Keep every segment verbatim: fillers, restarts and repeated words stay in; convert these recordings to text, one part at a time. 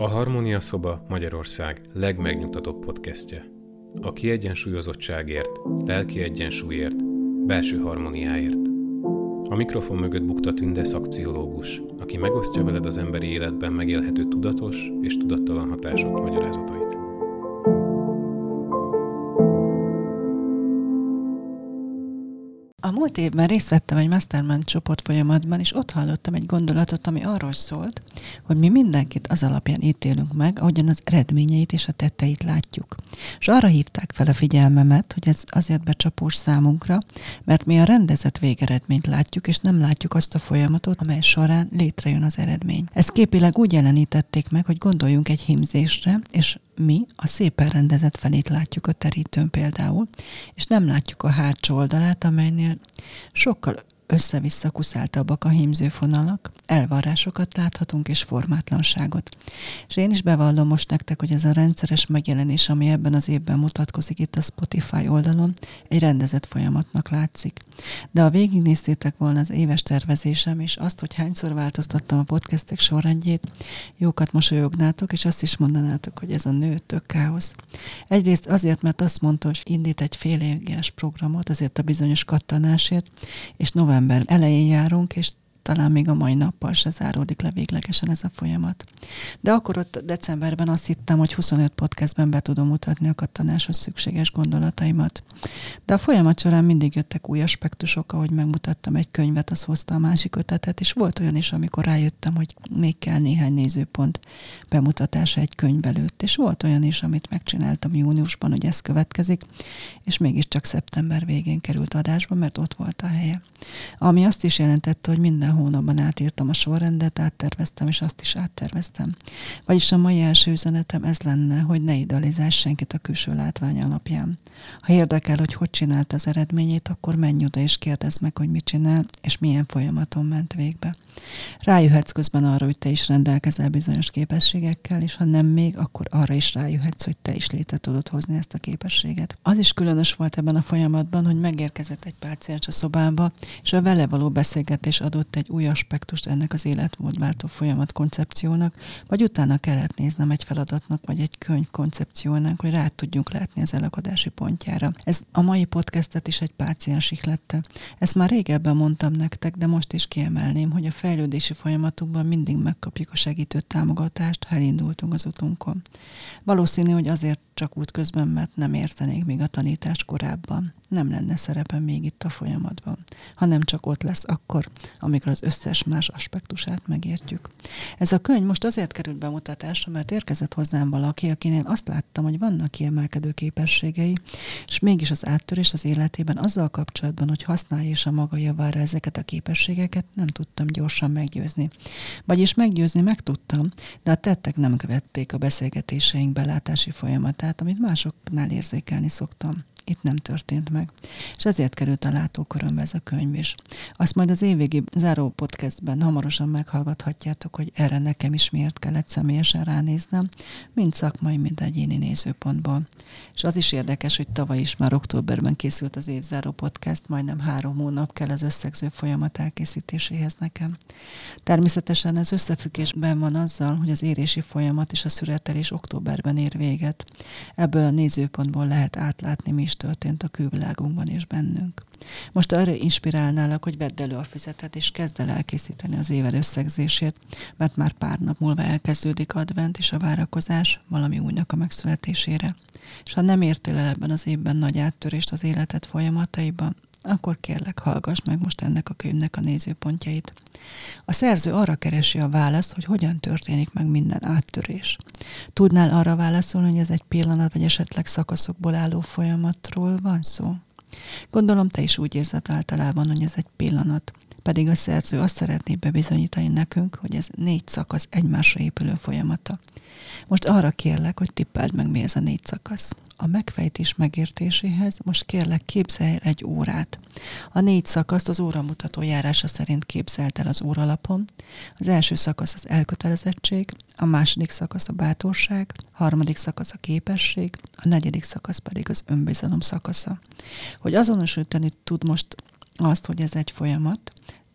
A Harmónia Szoba Magyarország legmegnyugtatóbb podcastje. A kiegyensúlyozottságért, lelki egyensúlyért, belső harmóniáért. A mikrofon mögött bukta Tünde szakpszichológus, aki megosztja veled az emberi életben megélhető tudatos és tudattalan hatások magyarázatait. A múlt évben részt vettem egy mastermind csoport folyamatban, és ott hallottam egy gondolatot, ami arról szólt, hogy mi mindenkit az alapján ítélünk meg, ahogyan az eredményeit és a tetteit látjuk. És arra hívták fel a figyelmemet, hogy ez azért becsapós számunkra, mert mi a rendezett végeredményt látjuk, és nem látjuk azt a folyamatot, amely során létrejön az eredmény. Ezt képileg úgy jelenítették meg, hogy gondoljunk egy hímzésre, és mi a szépen rendezett felét látjuk a terítőn például, és nem látjuk a hátsó oldalát, amelynél sokkal össze-vissza kuszáltabbak a hímzőfonalak, elvarrásokat láthatunk és formátlanságot. És én is bevallom most nektek, hogy ez a rendszeres megjelenés, ami ebben az évben mutatkozik itt a Spotify oldalon, egy rendezett folyamatnak látszik. De ha végignéztétek volna az éves tervezésem, és azt, hogy hányszor változtattam a podcastek sorrendjét, jókat mosolyognátok, és azt is mondanátok, hogy ez a nő tök káosz. Egyrészt azért, mert azt mondta, hogy indít egy fél éves programot, azért a bizonyos kattanásért, és november elején járunk, és talán még a mai nappal se záródik le véglegesen ez a folyamat. De akkor ott decemberben azt hittem, hogy huszonöt podcastben be tudom mutatni a kattanáshoz szükséges gondolataimat. De a folyamat során mindig jöttek új aspektusok, ahogy megmutattam egy könyvet, az hozta a másik ötletet, és volt olyan is, amikor rájöttem, hogy még kell néhány nézőpont bemutatása egy könyv előtt. És volt olyan is, amit megcsináltam júniusban, hogy ez következik, és mégiscsak szeptember végén került adásba, mert ott volt a helye. Ami azt is jelentette, hogy minden hónapban átírtam a sorrendet, átterveztem, és azt is átterveztem. Vagyis a mai első üzenetem ez lenne, hogy ne idealizálj senkit a külső látvány alapján. Ha érdekel, hogy hogy csinált az eredményét, akkor menj oda és kérdezd meg, hogy mit csinál, és milyen folyamaton ment végbe. Rájöhetsz közben arra, hogy te is rendelkezel bizonyos képességekkel, és ha nem még, akkor arra is rájöhetsz, hogy te is létre tudod hozni ezt a képességet. Az is különös volt ebben a folyamatban, hogy megérkezett egy páciens a szobába, és a vele való beszélgetés adott egy új aspektust ennek az életmódváltó folyamat koncepciónak, vagy utána kellett néznem egy feladatnak, vagy egy könyv koncepciónak, hogy rá tudjunk látni az elakadási pontjára. Ez a mai podcastet is egy páciens ihlette. Ezt már régebben mondtam nektek, de most is kiemelném, hogy a fejlődési folyamatunkban mindig megkapjuk a segítő támogatást, ha elindultunk az utunkon. Valószínű, hogy azért csak útközben, mert nem értenék még a tanítást korábban. Nem lenne szerepem még itt a folyamatban, hanem csak ott lesz akkor, amikor az összes más aspektusát megértjük. Ez a könyv most azért került bemutatásra, mert érkezett hozzám valaki, akinél azt láttam, hogy vannak kiemelkedő képességei, és mégis az áttörés az életében azzal kapcsolatban, hogy használja is a maga javára ezeket a képességeket, nem tudtam gyorsan meggyőzni. Vagyis meggyőzni meg tudtam, de a tettek nem követték a beszélgetéseink belátási folyamatát, amit másoknál érzékelni szoktam. Itt nem történt meg. És ezért került a látókörömbe ez a könyv is. Azt majd az évvégi záró podcastben hamarosan meghallgathatjátok, hogy erre nekem is miért kellett személyesen ránéznem, mind szakmai, mind egyéni nézőpontból. És az is érdekes, hogy tavaly is már októberben készült az évzáró podcast, majdnem három hónap kell az összegző folyamat elkészítéséhez nekem. Természetesen ez összefüggésben van azzal, hogy az érési folyamat és a szüretelés októberben ér véget. Ebből a nézőpontból lehet átlátni, mi is történt a külvilágunkban és bennünk. Most arra inspirálnálak, hogy vedd elő a füzetet, és kezd el elkészíteni az év összegzését, mert már pár nap múlva elkezdődik advent és a várakozás valami újnak a megszületésére. És ha nem értél el ebben az évben nagy áttörést az életed folyamataiban, akkor kérlek, hallgass meg most ennek a könyvnek a nézőpontjait. A szerző arra keresi a választ, hogy hogyan történik meg minden áttörés. Tudnál arra válaszolni, hogy ez egy pillanat, vagy esetleg szakaszokból álló folyamatról van szó? Gondolom, te is úgy érzed általában, hogy ez egy pillanat. Pedig a szerző azt szeretné bebizonyítani nekünk, hogy ez négy szakasz egymásra épülő folyamata. Most arra kérlek, hogy tippeld meg, mi ez a négy szakasz. A megfejtés megértéséhez most kérlek, képzelj el egy órát. A négy szakaszt az óramutató járása szerint képzeld el az óralapon. Az első szakasz az elkötelezettség, a második szakasz a bátorság, a harmadik szakasz a képesség, a negyedik szakasz pedig az önbizalom szakasza. Hogy azonosítani tud most azt, hogy ez egy folyamat,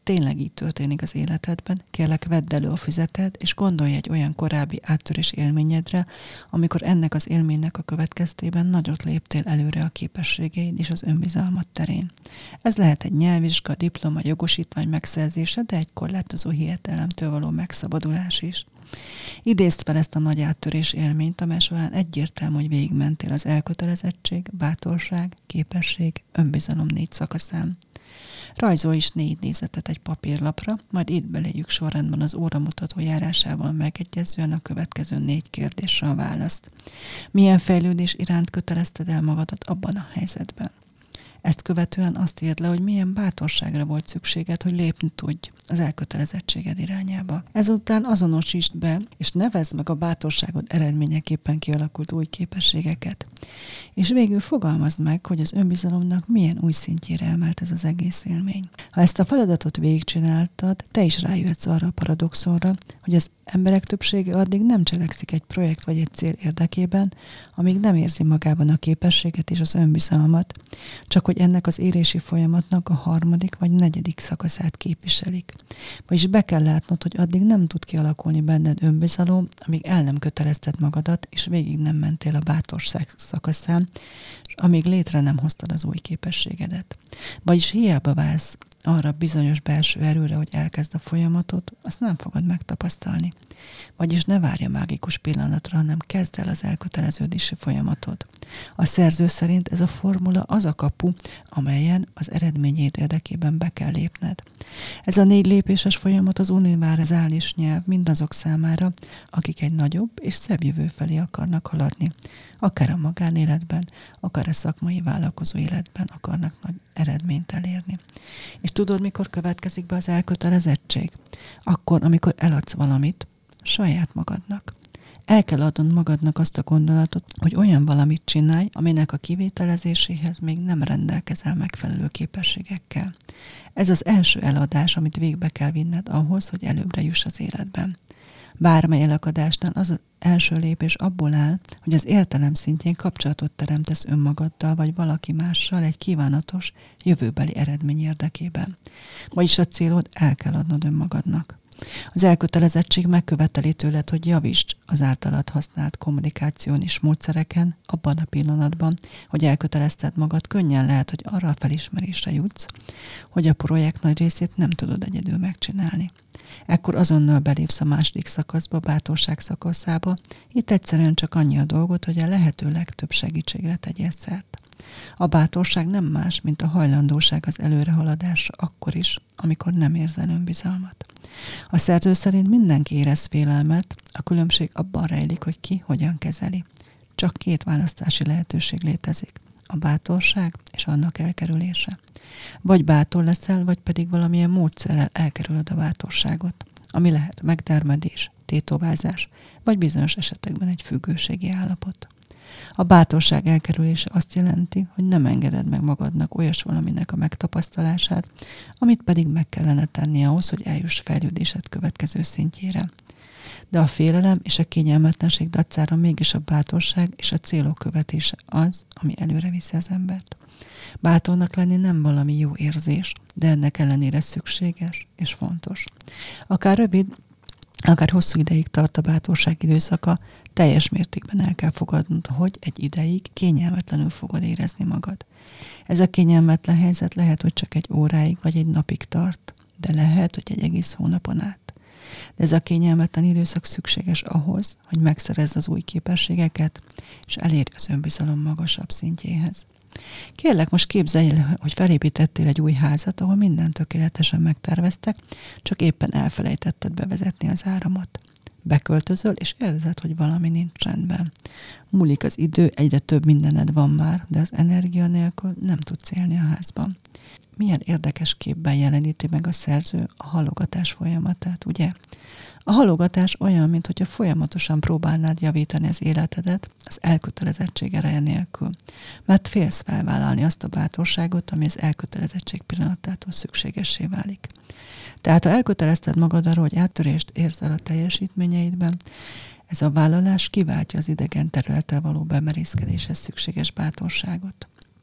tényleg így történik az életedben, kérlek vedd elő a füzeted, és gondolj egy olyan korábbi áttörés élményedre, amikor ennek az élménynek a következtében nagyot léptél előre a képességeid és az önbizalmat terén. Ez lehet egy nyelvvizsga, diploma, jogosítvány megszerzése, de egy korlátozó hiedelemtől való megszabadulás is. Idézd fel ezt a nagy áttörés élményt, amely során egyértelmű, hogy végigmentél az elkötelezettség, bátorság, képesség, önbizalom négy szakaszán. Rajzolj is négy nézetet egy papírlapra, majd írd beléjük sorrendben az óramutató járásával megegyezően a következő négy kérdésre a választ. Milyen fejlődés iránt kötelezted el magadat abban a helyzetben? Ezt követően azt írd le, hogy milyen bátorságra volt szükséged, hogy lépni tudj az elkötelezettséged irányába. Ezután azonosítsd be, és nevezd meg a bátorságod eredményeképpen kialakult új képességeket. És végül fogalmazd meg, hogy az önbizalomnak milyen új szintjére emelt ez az egész élmény. Ha ezt a feladatot végigcsináltad, te is rájöhetsz arra a paradoxonra, hogy az emberek többsége addig nem cselekszik egy projekt vagy egy cél érdekében, amíg nem érzi magában a képességet és az önbizalmat, csak hogy ennek az érési folyamatnak a harmadik vagy negyedik szakaszát képviselik. Vagyis be kell látnod, hogy addig nem tud kialakulni benned önbizalom, amíg el nem kötelezted magadat, és végig nem mentél a bátorság szakaszán, és amíg létre nem hoztad az új képességedet. Vagyis hiába válsz arra bizonyos belső erőre, hogy elkezd a folyamatot, azt nem fogod megtapasztalni. Vagyis ne várj a mágikus pillanatra, hanem kezd el az elköteleződési folyamatod. A szerző szerint ez a formula az a kapu, amelyen az eredményét érdekében be kell lépned. Ez a négy lépéses folyamat az univerzális nyelv mindazok számára, akik egy nagyobb és szebb jövő felé akarnak haladni. Akár a magánéletben, akár a szakmai vállalkozó életben akarnak nagy eredményt elérni. És tudod, mikor következik be az elkötelezettség? Akkor, amikor eladsz valamit saját magadnak. El kell adnod magadnak azt a gondolatot, hogy olyan valamit csinálj, aminek a kivételezéséhez még nem rendelkezel megfelelő képességekkel. Ez az első eladás, amit végbe kell vinned ahhoz, hogy előbbre juss az életben. Bármely elakadásnál az az első lépés abból áll, hogy az értelem szintjén kapcsolatot teremtesz önmagaddal vagy valaki mással egy kívánatos, jövőbeli eredmény érdekében. Vagyis a célod el kell adnod önmagadnak. Az elkötelezettség megköveteli tőled, hogy javítsd az általad használt kommunikáción és módszereken abban a pillanatban, hogy elkötelezted magad, könnyen lehet, hogy arra a felismerésre jutsz, hogy a projekt nagy részét nem tudod egyedül megcsinálni. Ekkor azonnal belépsz a második szakaszba, bátorság szakaszába. Itt egyszerűen csak annyi a dolgot, hogy a lehető legtöbb segítségre tegyél szert. A bátorság nem más, mint a hajlandóság az előrehaladásra akkor is, amikor nem érzel önbizalmat. A szerző szerint mindenki érez félelmet, a különbség abban rejlik, hogy ki hogyan kezeli. Csak két választási lehetőség létezik. A bátorság és annak elkerülése. Vagy bátor leszel, vagy pedig valamilyen módszerrel elkerülöd a bátorságot, ami lehet megtermedés, tétovázás, vagy bizonyos esetekben egy függőségi állapot. A bátorság elkerülése azt jelenti, hogy nem engeded meg magadnak olyas valaminek a megtapasztalását, amit pedig meg kellene tenni ahhoz, hogy eljuss fejlődésed következő szintjére. De a félelem és a kényelmetlenség dacára mégis a bátorság és a célok követése az, ami előre viszi az embert. Bátornak lenni nem valami jó érzés, de ennek ellenére szükséges és fontos. Akár rövid, akár hosszú ideig tart a bátorság időszaka, teljes mértékben el kell fogadnod, hogy egy ideig kényelmetlenül fogod érezni magad. Ez a kényelmetlen helyzet lehet, hogy csak egy óráig vagy egy napig tart, de lehet, hogy egy egész hónapon át. De ez a kényelmetlen időszak szükséges ahhoz, hogy megszerezd az új képességeket, és elérj az önbizalom magasabb szintjéhez. Kérlek, most képzelj el, hogy felépítettél egy új házat, ahol mindent tökéletesen megterveztek, csak éppen elfelejtetted bevezetni az áramot. Beköltözöl, és érzed, hogy valami nincs rendben. Múlik az idő, egyre több mindened van már, de az energia nélkül nem tudsz élni a házban. Milyen érdekes képben jeleníti meg a szerző a halogatás folyamatát, ugye? A halogatás olyan, mintha folyamatosan próbálnád javítani az életedet az elkötelezettség ereje nélkül, mert félsz felvállalni azt a bátorságot, ami az elkötelezettség pillanatától szükségessé válik. Tehát ha elkötelezted magad arra, hogy áttörést érzel a teljesítményeidben, ez a vállalás kiváltja az idegen területtel való bemerészkedéshez szükséges bátorságot.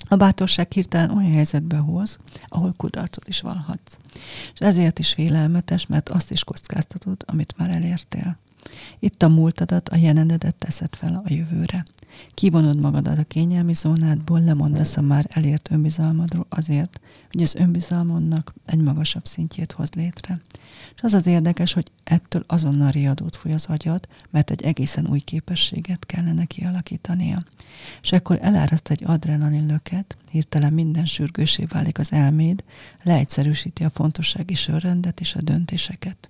A bátorság hirtelen olyan helyzetbe hoz, ahol kudarcot is vallhatsz. És ezért is félelmetes, mert azt is kockáztatod, amit már elértél. Itt a múltadat, a jelenedet teszed fel a jövőre. Kivonod magadat a kényelmi zónádból, lemondasz a már elért önbizalmadról azért, hogy az önbizalmodnak egy magasabb szintjét hoz létre. És az az érdekes, hogy ettől azonnal riadót fúj az agyad, mert egy egészen új képességet kellene kialakítania. És akkor eláraszt egy adrenalin löket, hirtelen minden sürgősé válik az elméd, leegyszerűsíti a fontossági sorrendet és a döntéseket.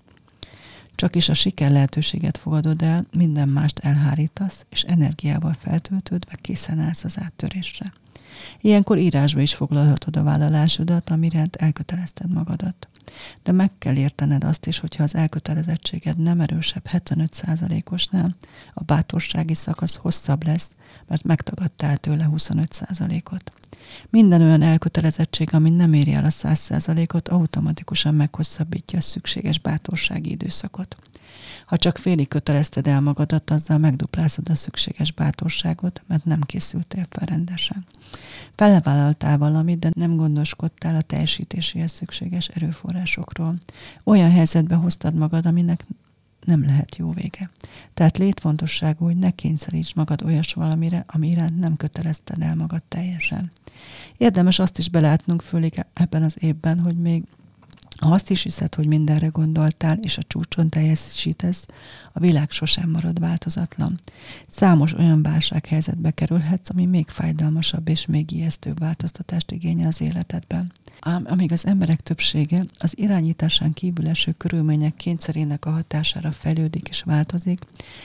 Csak is a siker lehetőséget fogadod el, minden mást elhárítasz, és energiával feltöltődve készen állsz az áttörésre. Ilyenkor írásba is foglalhatod a vállalásodat, amiránt elkötelezted magadat. De meg kell értened azt is, hogyha az elkötelezettséged nem erősebb hetvenöt százalékosnál, a bátorsági szakasz hosszabb lesz, mert megtagadtál tőle huszonöt százalékot. Minden olyan elkötelezettség, ami nem éri el a száz százalékot, automatikusan meghosszabbítja a szükséges bátorsági időszakot. Ha csak félig kötelezted el magadat, azzal megduplázod a szükséges bátorságot, mert nem készültél fel rendesen. Felvállaltál valamit, de nem gondoskodtál a teljesítéséhez szükséges erőforrásokról. Olyan helyzetbe hoztad magad, aminek nem lehet jó vége. Tehát létfontosságú, hogy ne kényszerítsd magad olyas valamire, ami iránt nem kötelezted el magad teljesen. Érdemes azt is belátnunk, főleg ebben az évben, hogy még ha azt is hiszed, hogy mindenre gondoltál, és a csúcson teljesítesz, a világ sosem marad változatlan. Számos olyan válsághelyzetbe kerülhetsz, ami még fájdalmasabb és még ijesztőbb változtatást igényel az életedben. Ám amíg az emberek többsége az irányításán kívül eső körülmények kényszerének a hatására fejlődik és változik,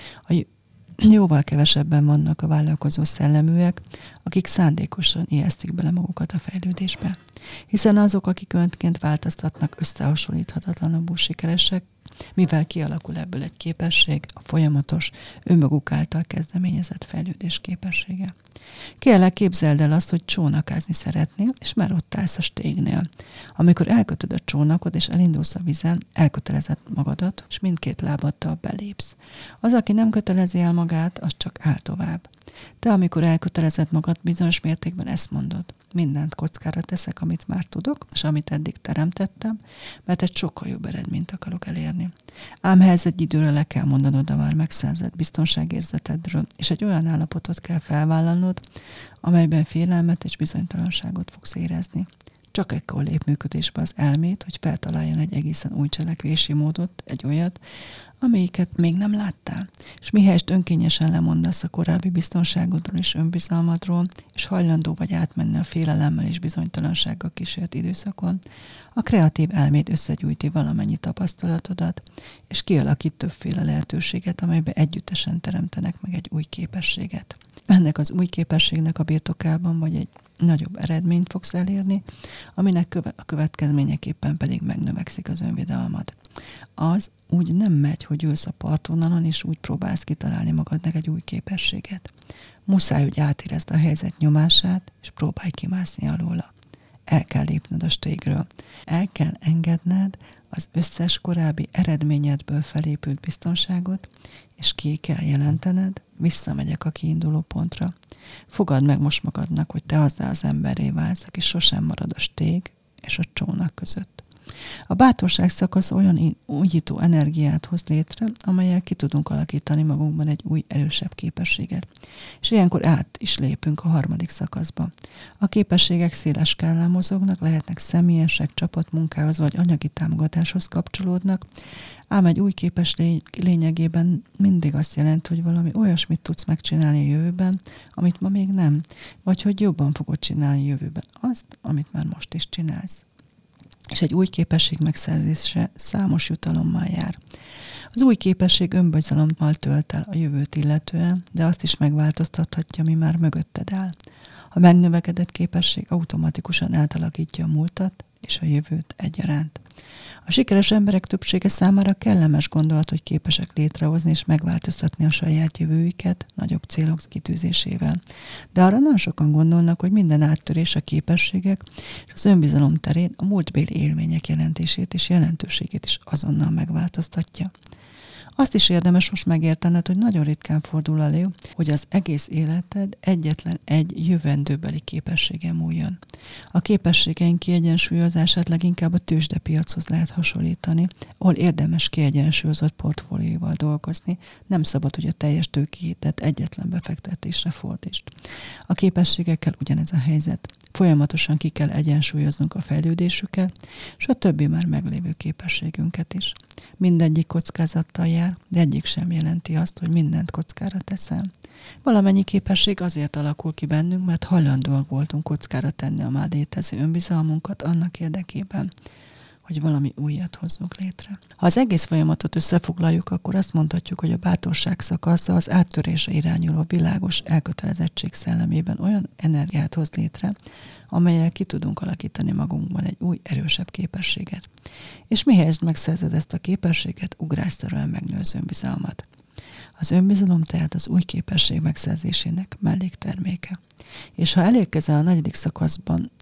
a jóval kevesebben vannak a vállalkozó szelleműek, akik szándékosan ijesztik bele magukat a fejlődésbe. Hiszen azok, akik önként változtatnak, összehasonlíthatatlanabbul sikeresek, mivel kialakul ebből egy képesség, a folyamatos, önmaguk által kezdeményezett fejlődés képessége. Kérlek, képzeld el azt, hogy csónakázni szeretnél, és már ott állsz a stégnél. Amikor elkötöd a csónakot, és elindulsz a vízen, elkötelezed magadat, és mindkét lábaddal belépsz. Az, aki nem kötelezi el magát, az csak áll tovább. De amikor elkötelezed magad, bizonyos mértékben ezt mondod. Mindent kockára teszek, amit már tudok, és amit eddig teremtettem, mert egy sokkal jobb eredményt akarok elérni. Ám ha ez egy időre le kell mondanod a már megszerzett biztonságérzetedről, és egy olyan állapotot kell felvállalnod, amelyben félelmet és bizonytalanságot fogsz érezni. Csak ekkor lép működésbe az elmét, hogy feltaláljon egy egészen új cselekvési módot, egy olyat, amelyiket még nem láttál. És mihelyest önkényesen lemondasz a korábbi biztonságodról és önbizalmadról, és hajlandó vagy átmenni a félelemmel és bizonytalansággal kísért időszakon, a kreatív elméd összegyűjti valamennyi tapasztalatodat, és kialakít többféle lehetőséget, amelybe együttesen teremtenek meg egy új képességet. Ennek az új képességnek a birtokában vagy egy nagyobb eredményt fogsz elérni, aminek a következményeképpen pedig megnövekszik az önvidelmad. Az úgy nem megy, hogy ülsz a partvonalon, és úgy próbálsz kitalálni magadnak egy új képességet. Muszáj, hogy átérezd a helyzet nyomását, és próbálj kimászni alóla. El kell lépned a stégről. El kell engedned az összes korábbi eredményedből felépült biztonságot, és ki kell jelentened, visszamegyek a kiinduló pontra. Fogadd meg most magadnak, hogy te azzá az emberré válsz, aki sosem marad a stég és a csónak között. A bátorság szakasz olyan újító energiát hoz létre, amellyel ki tudunk alakítani magunkban egy új, erősebb képességet. És ilyenkor át is lépünk a harmadik szakaszba. A képességek széles skálán mozognak, lehetnek személyesek, csapatmunkához vagy anyagi támogatáshoz kapcsolódnak, ám egy új képesség lényegében mindig azt jelenti, hogy valami olyasmit tudsz megcsinálni a jövőben, amit ma még nem, vagy hogy jobban fogod csinálni a jövőben azt, amit már most is csinálsz. És egy új képesség megszerzése számos jutalommal jár. Az új képesség önbizalommal tölt el a jövőt illetően, de azt is megváltoztathatja, ami már mögötted áll. A megnövekedett képesség automatikusan átalakítja a múltat és a jövőt egyaránt. A sikeres emberek többsége számára kellemes gondolat, hogy képesek létrehozni és megváltoztatni a saját jövőjüket nagyobb célok kitűzésével. De arra nem sokan gondolnak, hogy minden áttörés a képességek és az önbizalom terén a múltbéli élmények jelentését és jelentőségét is azonnal megváltoztatja. Azt is érdemes most megértened, hogy nagyon ritkán fordul elő, hogy az egész életed egyetlen egy jövendőbeli képessége múljon. A képességeink kiegyensúlyozását leginkább a tőzsdepiachoz lehet hasonlítani, ahol érdemes kiegyensúlyozott portfólióval dolgozni, nem szabad, hogy a teljes tőkédet egyetlen befektetésre fordítsd. A képességekkel ugyanez a helyzet. Folyamatosan ki kell egyensúlyoznunk a fejlődésüket, és a többi már meglévő képességünket is. Mindegyik kockázattal jár, de egyik sem jelenti azt, hogy mindent kockára teszel. Valamennyi képesség azért alakul ki bennünk, mert hajlandóak voltunk kockára tenni a már létező önbizalmunkat annak érdekében, hogy valami újat hozzunk létre. Ha az egész folyamatot összefoglaljuk, akkor azt mondhatjuk, hogy a bátorság szakasza az áttörésre irányuló világos elkötelezettség szellemében olyan energiát hoz létre, amellyel ki tudunk alakítani magunkban egy új, erősebb képességet. És mihelyest megszerzed ezt a képességet, ugrásszerűen megnőz önbizalmat. Az önbizalom tehát az új képesség megszerzésének mellékterméke. És ha elérkezel a negyedik szakaszban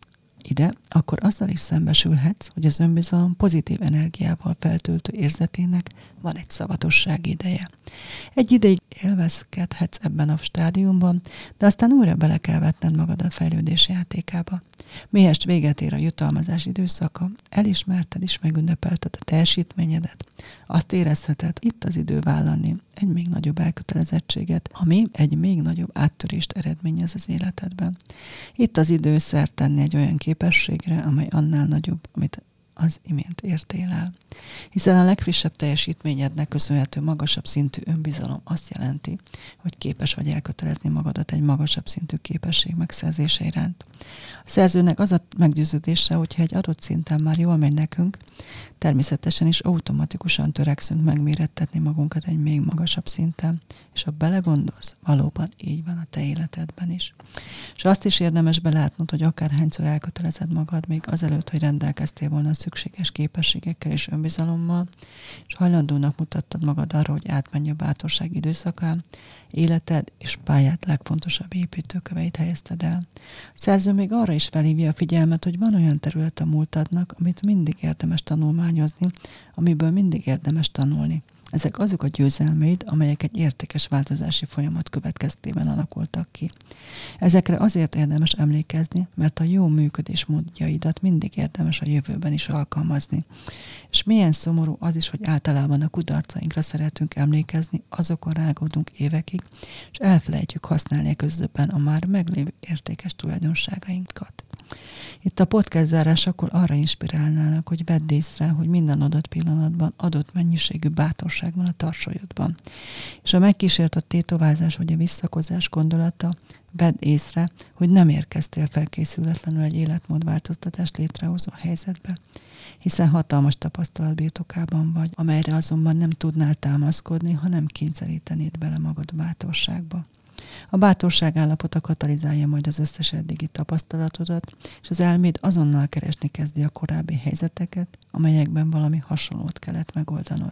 ide, akkor azzal is szembesülhetsz, hogy az önbizalom pozitív energiával feltöltő érzetének van egy szavatosság ideje. Egy ideig élvezkedhetsz ebben a stádiumban, de aztán újra bele kell vetned magad a fejlődés játékába. Mihelyest véget ér a jutalmazás időszaka, elismerted és megünnepelted a teljesítményedet. Azt érezheted, itt az idő vállalni egy még nagyobb elkötelezettséget, ami egy még nagyobb áttörést eredményez az életedben. Itt az idő szert tenni egy olyan képességre, amely annál nagyobb, amit az imént értél el. Hiszen a legfrissebb teljesítményednek köszönhető magasabb szintű önbizalom azt jelenti, hogy képes vagy elkötelezni magadat egy magasabb szintű képesség megszerzése iránt. A szerzőnek az a meggyőződése, hogyha egy adott szinten már jól megy nekünk, természetesen is automatikusan törekszünk megmérettetni magunkat egy még magasabb szinten, és ha belegondolsz, valóban így van a te életedben is. És azt is érdemes belátnod, hogy akárhányszor elkötelezed magad, még azelőtt, hogy rendelkeztél volna a szükséges képességekkel és önbizalommal, és hajlandónak mutattad magad arra, hogy átmenj a bátorság időszakán, életed és pályát legfontosabb építőköveit helyezted el. A szerző még arra is felhívja a figyelmet, hogy van olyan terület a múltadnak, amit mindig érdemes tanulmányozni, amiből mindig érdemes tanulni. Ezek azok a győzelmeid, amelyek egy értékes változási folyamat következtében alakultak ki. Ezekre azért érdemes emlékezni, mert a jó működés módjaidat mindig érdemes a jövőben is alkalmazni. És milyen szomorú az is, hogy általában a kudarcainkra szeretünk emlékezni, azokon rágódunk évekig, és elfelejtjük használni a közben a már meglévő értékes tulajdonságainkat. Itt a podcast zárásakor arra inspirálnának, hogy vedd észre, hogy minden adott pillanatban adott mennyiségű bátorság van a tarsolyodban. És a megkísért a tétovázás vagy a visszakozás gondolata, vedd észre, hogy nem érkeztél felkészületlenül egy életmódváltoztatást létrehozó helyzetbe, hiszen hatalmas tapasztalat birtokában vagy, amelyre azonban nem tudnál támaszkodni, ha nem kényszerítenéd bele magad bátorságba. A bátorság állapota katalizálja majd az összes eddigi tapasztalatodat, és az elméd azonnal keresni kezdi a korábbi helyzeteket, amelyekben valami hasonlót kellett megoldanod.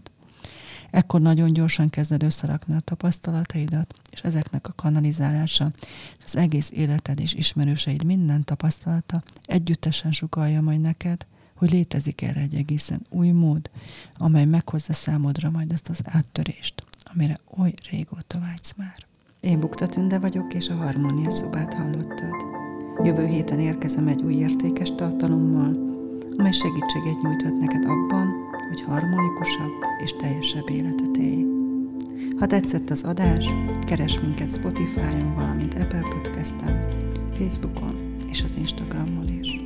Ekkor nagyon gyorsan kezded összerakni a tapasztalataidat, és ezeknek a kanalizálása, és az egész életed és ismerőseid minden tapasztalata együttesen sugallja majd neked, hogy létezik erre egy egészen új mód, amely meghozza számodra majd ezt az áttörést, amire oly régóta vágysz már. Én Bukta Tünde vagyok, és a Harmónia Szobát hallottad. Jövő héten érkezem egy új értékes tartalommal, amely segítséget nyújthat neked abban, hogy harmonikusabb és teljesebb életet élj. Ha tetszett az adás, keresd minket Spotify-on, valamint Apple Podcast-en, Facebookon és az Instagramon is.